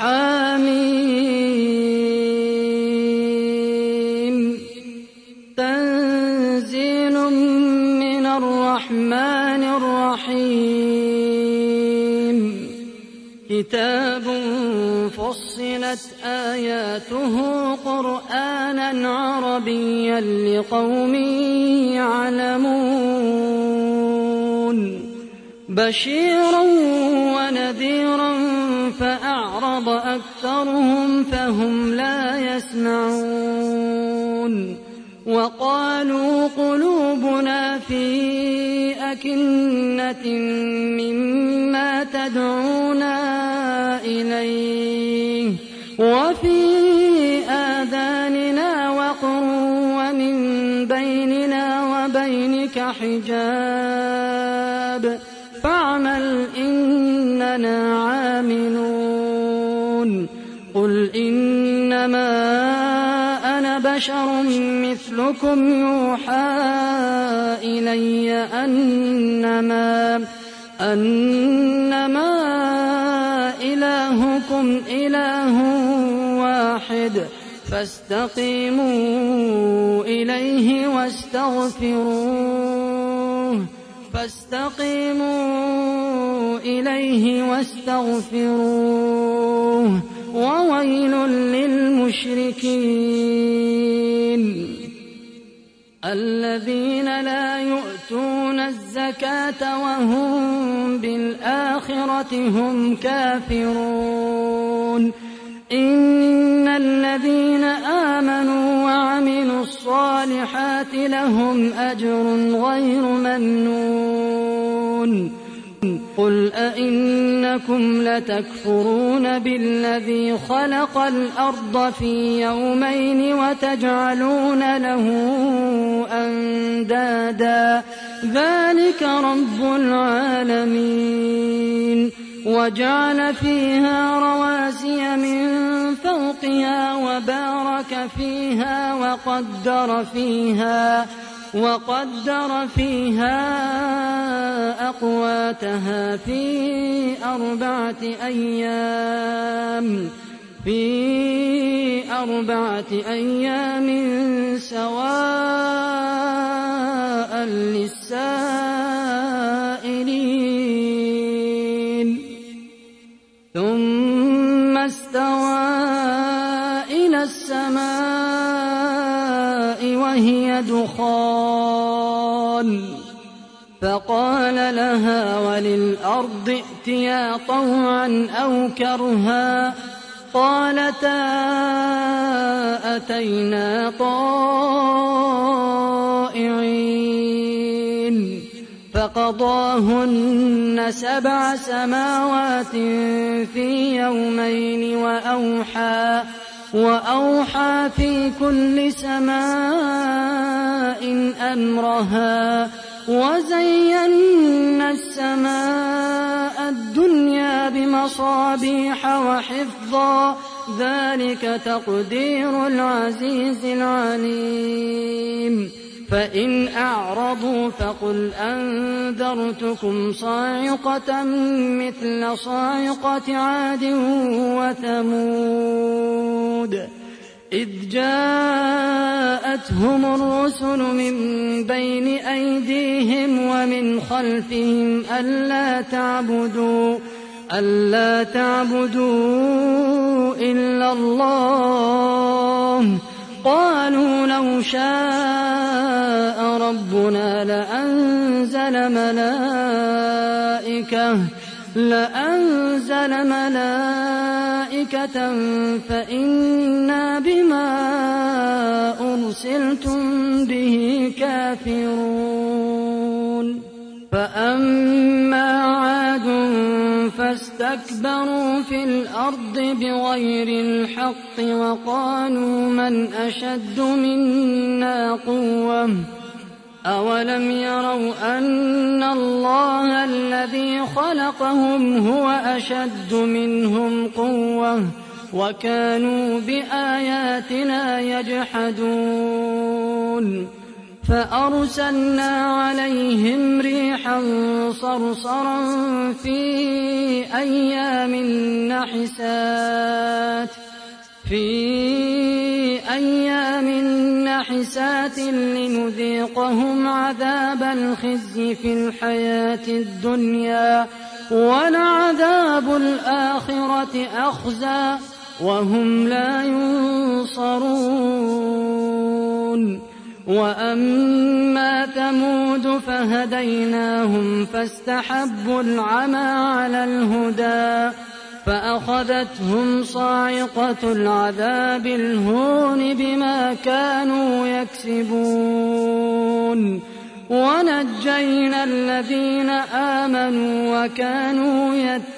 حم تنزيل من الرحمن الرحيم كتاب فصلت آياته قرآنا عربيا لقوم يعلمون بشيرا ونذيرا فأعرض أكثرهم فهم لا يسمعون وقالوا قلوبنا في أكنة مما تدعونا إليه وفي آذاننا وقر ومن بيننا وبينك حجاب فاعمل إننا عاملون قل إنما أنا بشر مثلكم يوحى إلي أنما إلهكم إله واحد فاستقيموا إليه واستغفروه وويل للمشركين الذين لا يؤتون الزكاة وهم بالآخرة هم كافرون إن الذين آمنوا وعملوا الصالحات لهم أجر غير ممنون قل أئنكم لتكفرون بالذي خلق الأرض في يومين وتجعلون له أندادا ذلك رب العالمين وجعل فيها رواسي من فوقها وبارك فيها وقدر فيها أقواتها في أربعة أيام سواء للسائلين ثم استوى إلى السماء وهي دخان فقال لها وللأرض ائتيا طوعا أو كرها قالتا أتينا طائعين فقضاهن 7 سماوات في يومين وأوحى في كل سماء أمرها وزينا السماء الدنيا بمصابيح وحفظا ذلك تقدير العزيز العليم فإن أعرضوا فقل أنذرتكم صاعقة مثل صاعقة عاد وثمود إذ جاءتهم الرسل من بين أيديهم ومن خلفهم ألا تعبدوا إلا الله قالوا لو شاء ربنا لأنزل ملائكة فإنا بما أرسلتم به كافرون فأما عاد فاستكبروا في الأرض بغير الحق وقالوا من أشد منا قوة أولم يروا أن الله الذي خلقهم هو أشد منهم قوة وكانوا بآياتنا يجحدون فأرسلنا عليهم ريحا صرصرا في أيام نحسات لنذيقهم عذاب الخزي في الحياة الدنيا ولعذاب الآخرة أخزى وهم لا ينصرون. وأما ثمود فهديناهم فاستحبوا العمى على الهدى فأخذتهم صاعقة العذاب الهون بما كانوا يكسبون ونجينا الذين آمنوا وكانوا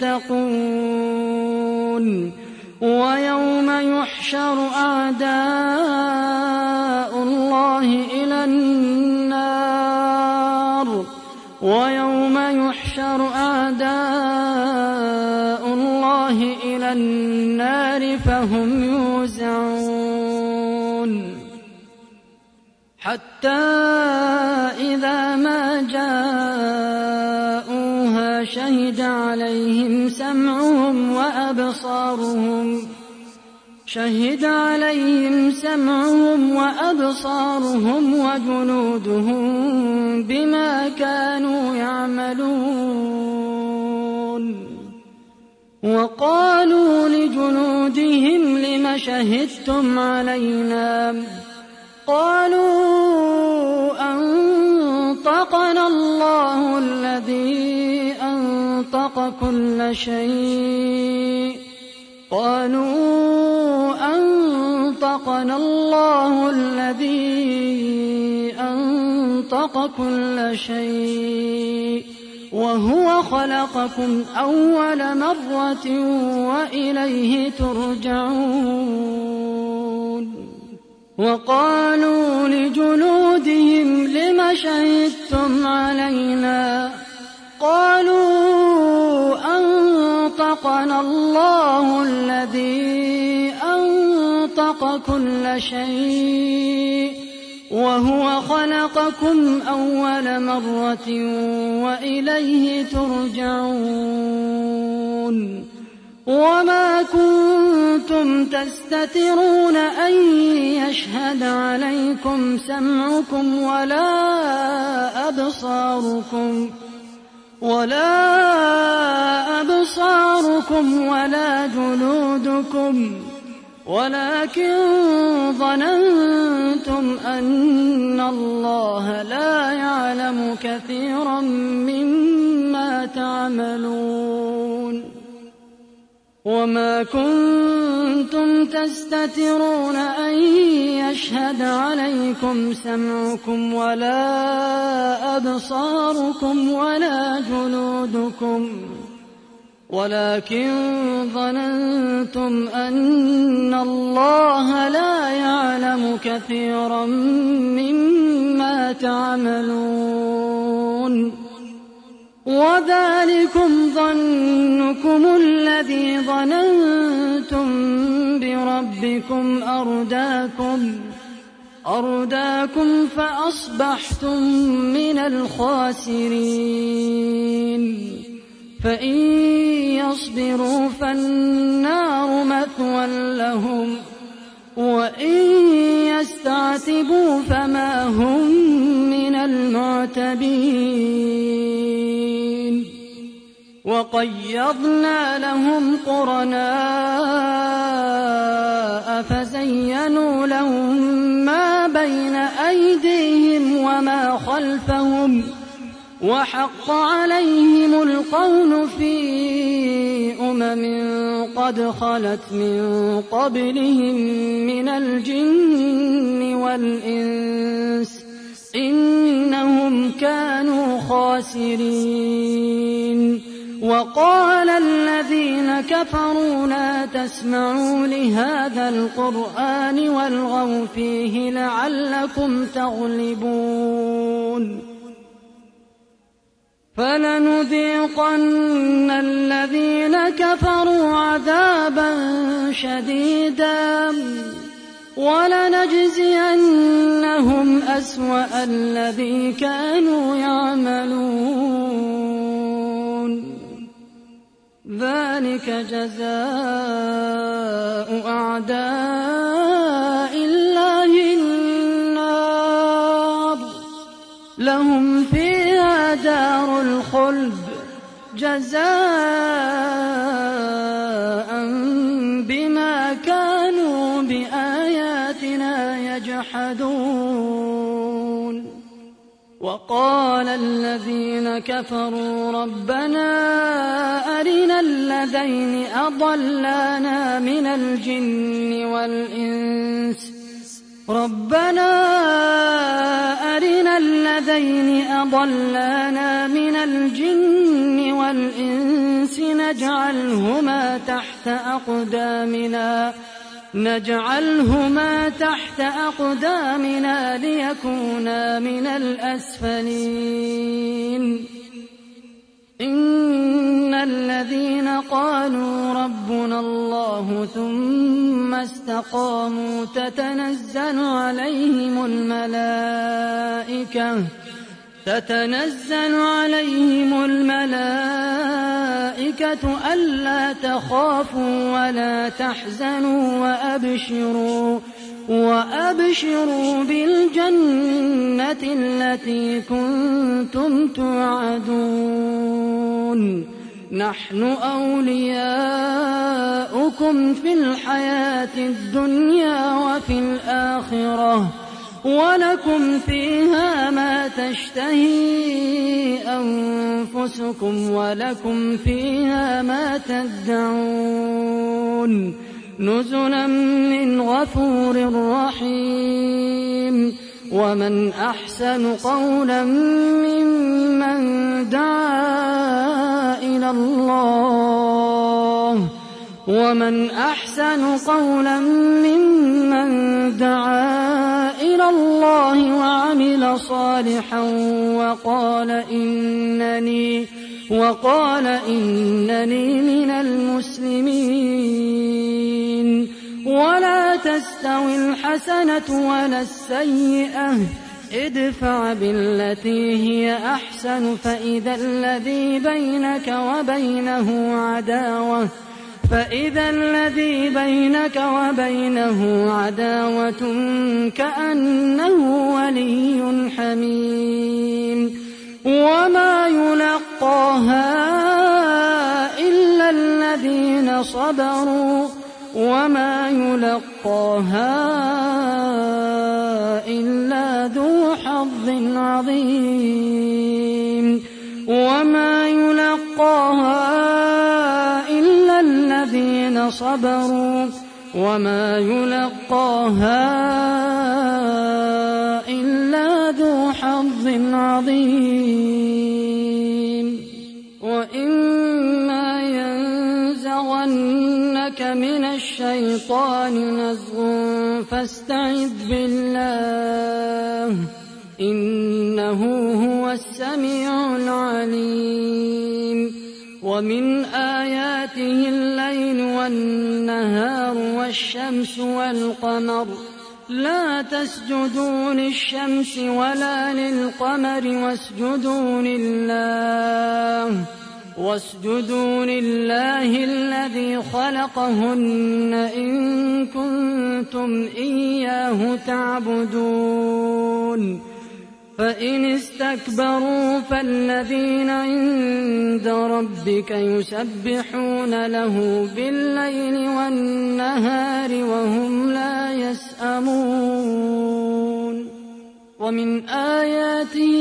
يتقون. ويوم يحشر أعداء الله إلى النار فهم يوزعون حتى إذا ما جاءوها شهد عليهم سمعهم وأبصارهم وجنودهم بما كانوا يعملون. وقالوا لجنودهم لم شهدتم علينا قالوا أنطقنا الله الذي أنطق كل شيء وهو خلقكم أول مرة وإليه ترجعون. وقالوا لجنودهم لم شهدتم علينا قالوا أنطقنا الله الذي أنطق كل شيء وهو خلقكم أول مرة وإليه ترجعون. وما كنتم تستترون أن يشهد عليكم سمعكم ولا أبصاركم ولا جلودكم ولكن ظننتم أن الله لا يعلم كثيرا مما تعملون. وما كنتم تستترون أن يشهد عليكم سمعكم ولا أبصاركم ولا جلودكم ولكن ظننتم أن الله لا يعلم كثيرا مما تعملون. وذلكم ظنكم الذي ظننتم بربكم أرداكم فأصبحتم من الخاسرين. فإن يصبروا فالنار مثوى لهم وإن يستعتبوا فما هم من المعتبين. وقيضنا لهم قرناء فزينوا لهم ما بين أيديهم وما خلفهم وحق عليهم القول في قد خلت من قبلهم من الجن والإنس إنهم كانوا خاسرين. وقال الذين كفروا لا تسمعوا لهذا القرآن والغوا فيه لعلكم تغلبون. فلنذيقن الذين كفروا عذابا شديدا ولنجزينهم أسوأ الذي كانوا يعملون ذلك جزاء أعداء الله النار لهم فيها دار الخلد جزاء بما كانوا بآياتنا يجحدون وقال الذين كفروا ربنا أرنا الذين أضلانا من الجن والإنس نجعلهما تحت أقدامنا ليكونا من الأسفلين إن الذين قالوا ربنا الله ثم استقاموا تتنزل عليهم الملائكة ألا تخافوا ولا تحزنوا وأبشروا بالجنة التي كنتم توعدون نحن أولياؤكم في الحياة الدنيا وفي الآخرة ولكم فيها ما تشتهي أنفسكم ولكم فيها ما تدعون نزلا من غفور رحيم ومن أحسن قولا ممن دعا إلى الله وعمل صالحا وقال إنني من المسلمين ولا تستوي الحسنة ولا السيئة ادفع بالتي هي أحسن فإذا الذي بينك وبينه عداوة كأنه ولي حميم وما يلقاها إلا الذين صبروا وما يلقاها إلا ذو حظ عظيم وما يلقاها إلا الذين صبروا وما يلقاها إلا ذو حظ عظيم وإما ينزغنك من الشيطان نزغ فاستعذ بالله إنه هو السميع العليم ومن آياته الليل والنهار والشمس والقمر لا تسجدوا للشمس ولا للقمر واسجدوا لله الذي خلقهن إن كنتم إياه تعبدون فإن استكبروا فالذين عند ربك يسبحون له بالليل والنهار وهم لا يسأمون ومن آياته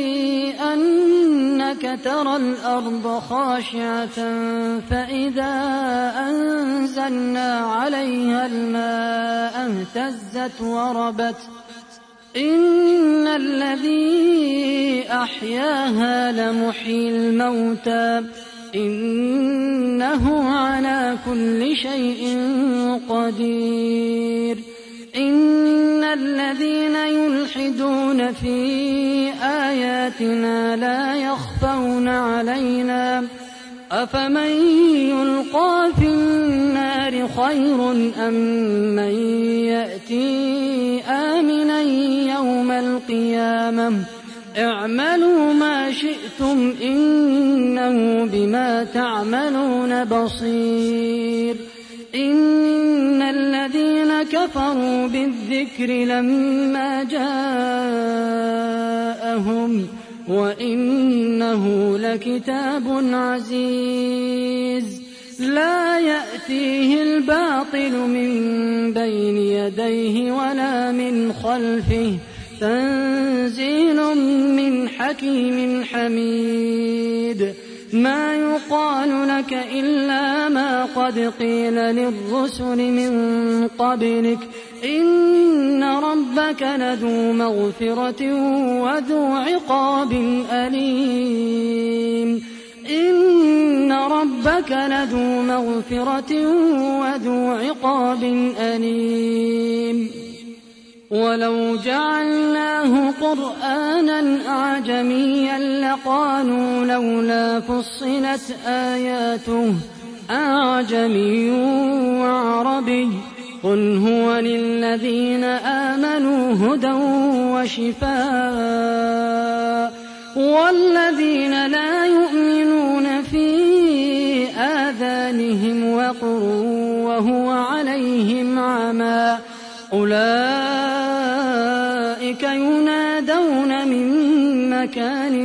أنك ترى الأرض خاشعة فإذا أنزلنا عليها الماء اهتزت وربت إن الذي أحياها لمحيي الموتى إنه على كل شيء قدير إن الذين يلحدون في آياتنا لا يخفون علينا أفمن يلقى في النار خير أم من يأتي آمنا يوم القيامة اعملوا ما شئتم إنه بما تعملون بصير إن الذين كفروا بالذكر لما جاءهم وإنه لكتاب عزيز لا يأتيه الباطل من بين يديه ولا من خلفه تنزيل من حكيم حميد ما يقال لك إلا ما قد قيل للرسل من قبلك إن ربك لذو مغفرة وذو عقاب أليم إن ربك لذو مغفرة وذو عقاب أليم ولو جعلناه قرآنا أعجميا لقالوا لولا فصلت آياته أعجمي وعربي قل هو للذين آمنوا هدى وشفاء والذين لا يؤمنون في آذانهم وقر وهو عليهم عمى أولئك ينادون من مكان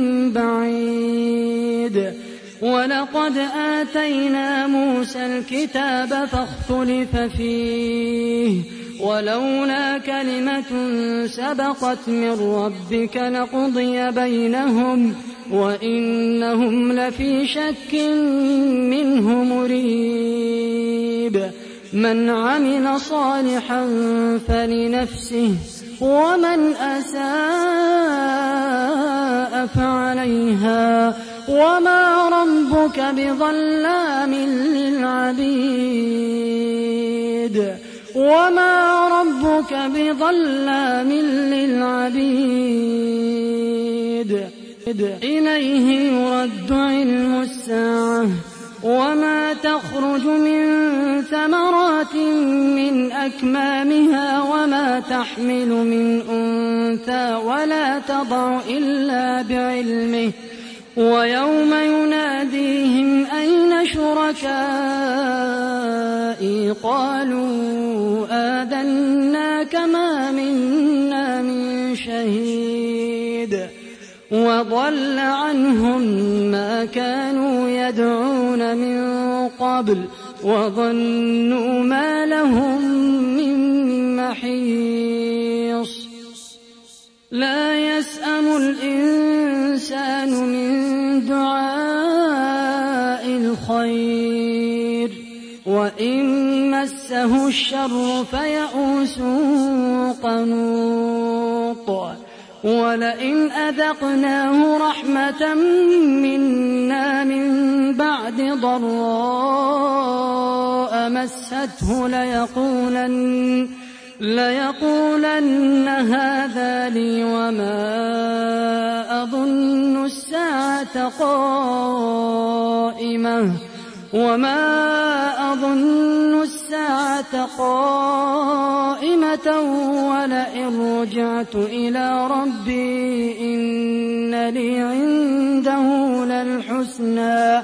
بعيد ولقد آتينا موسى الكتاب فاختلف فيه ولولا كلمة سبقت من ربك لقضي بينهم وإنهم لفي شك منه مريب من عمل صالحا فلنفسه ومن أساء فعليها وما ربك بظلام للعبيد وما ربك بظلام للعبيد إليه يرد علم الساعة وما تخرج من ثمرات من أكمامها وما تحمل من أنثى ولا تضع إلا بعلمه ويوم يناديهم أين شركائي قالوا آذناك ما منا من شهيد وضل عنهم ما كانوا يدعون من قبل وظنوا ما لهم من محيص لا يسأم الإنسان من دعاء الخير وإن مسه الشر فيئوس قنوط ولئن أذقناه رحمة منا من بعد ضراء مسته ليقولن هذا لي وما أظن الساعة قائمة ولئن رجعت إلى ربي إن لي عنده للحسنى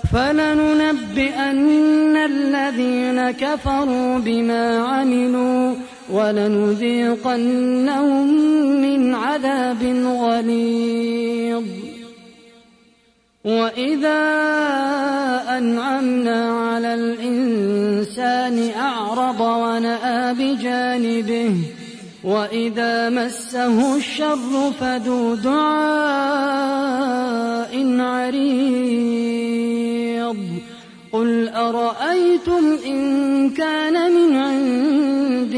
فلننبئن الذين كفروا بما عملوا ولنذيقنهم من عذاب غليظ وإذا أنعمنا على الإنسان أعرض ونأى بجانبه وإذا مسه الشر فذو دعاء عريض قل أرأيتم إن كان من عند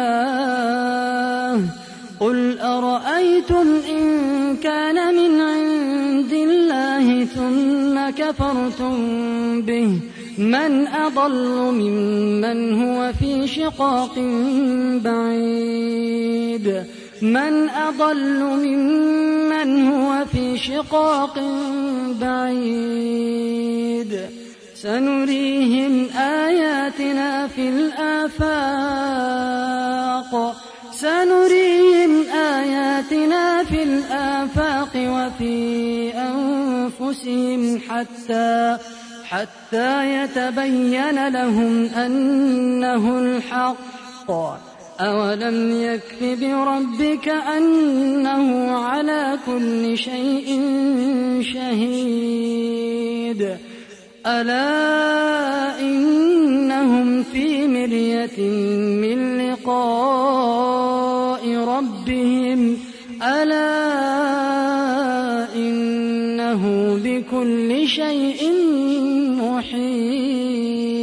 الله ثم كفرتم به من أضل ممن هو في شقاق بعيد من أضل ممن هو في شقاق بعيد سنريهم آياتنا في الآفاق وفي أنفسهم حتى يتبين لهم أنه الحق أولم يكف بربك أنه على كل شيء شهيد ألا إنهم في مرية من لقاء ربهم ألا إنه بكل شيء محيط.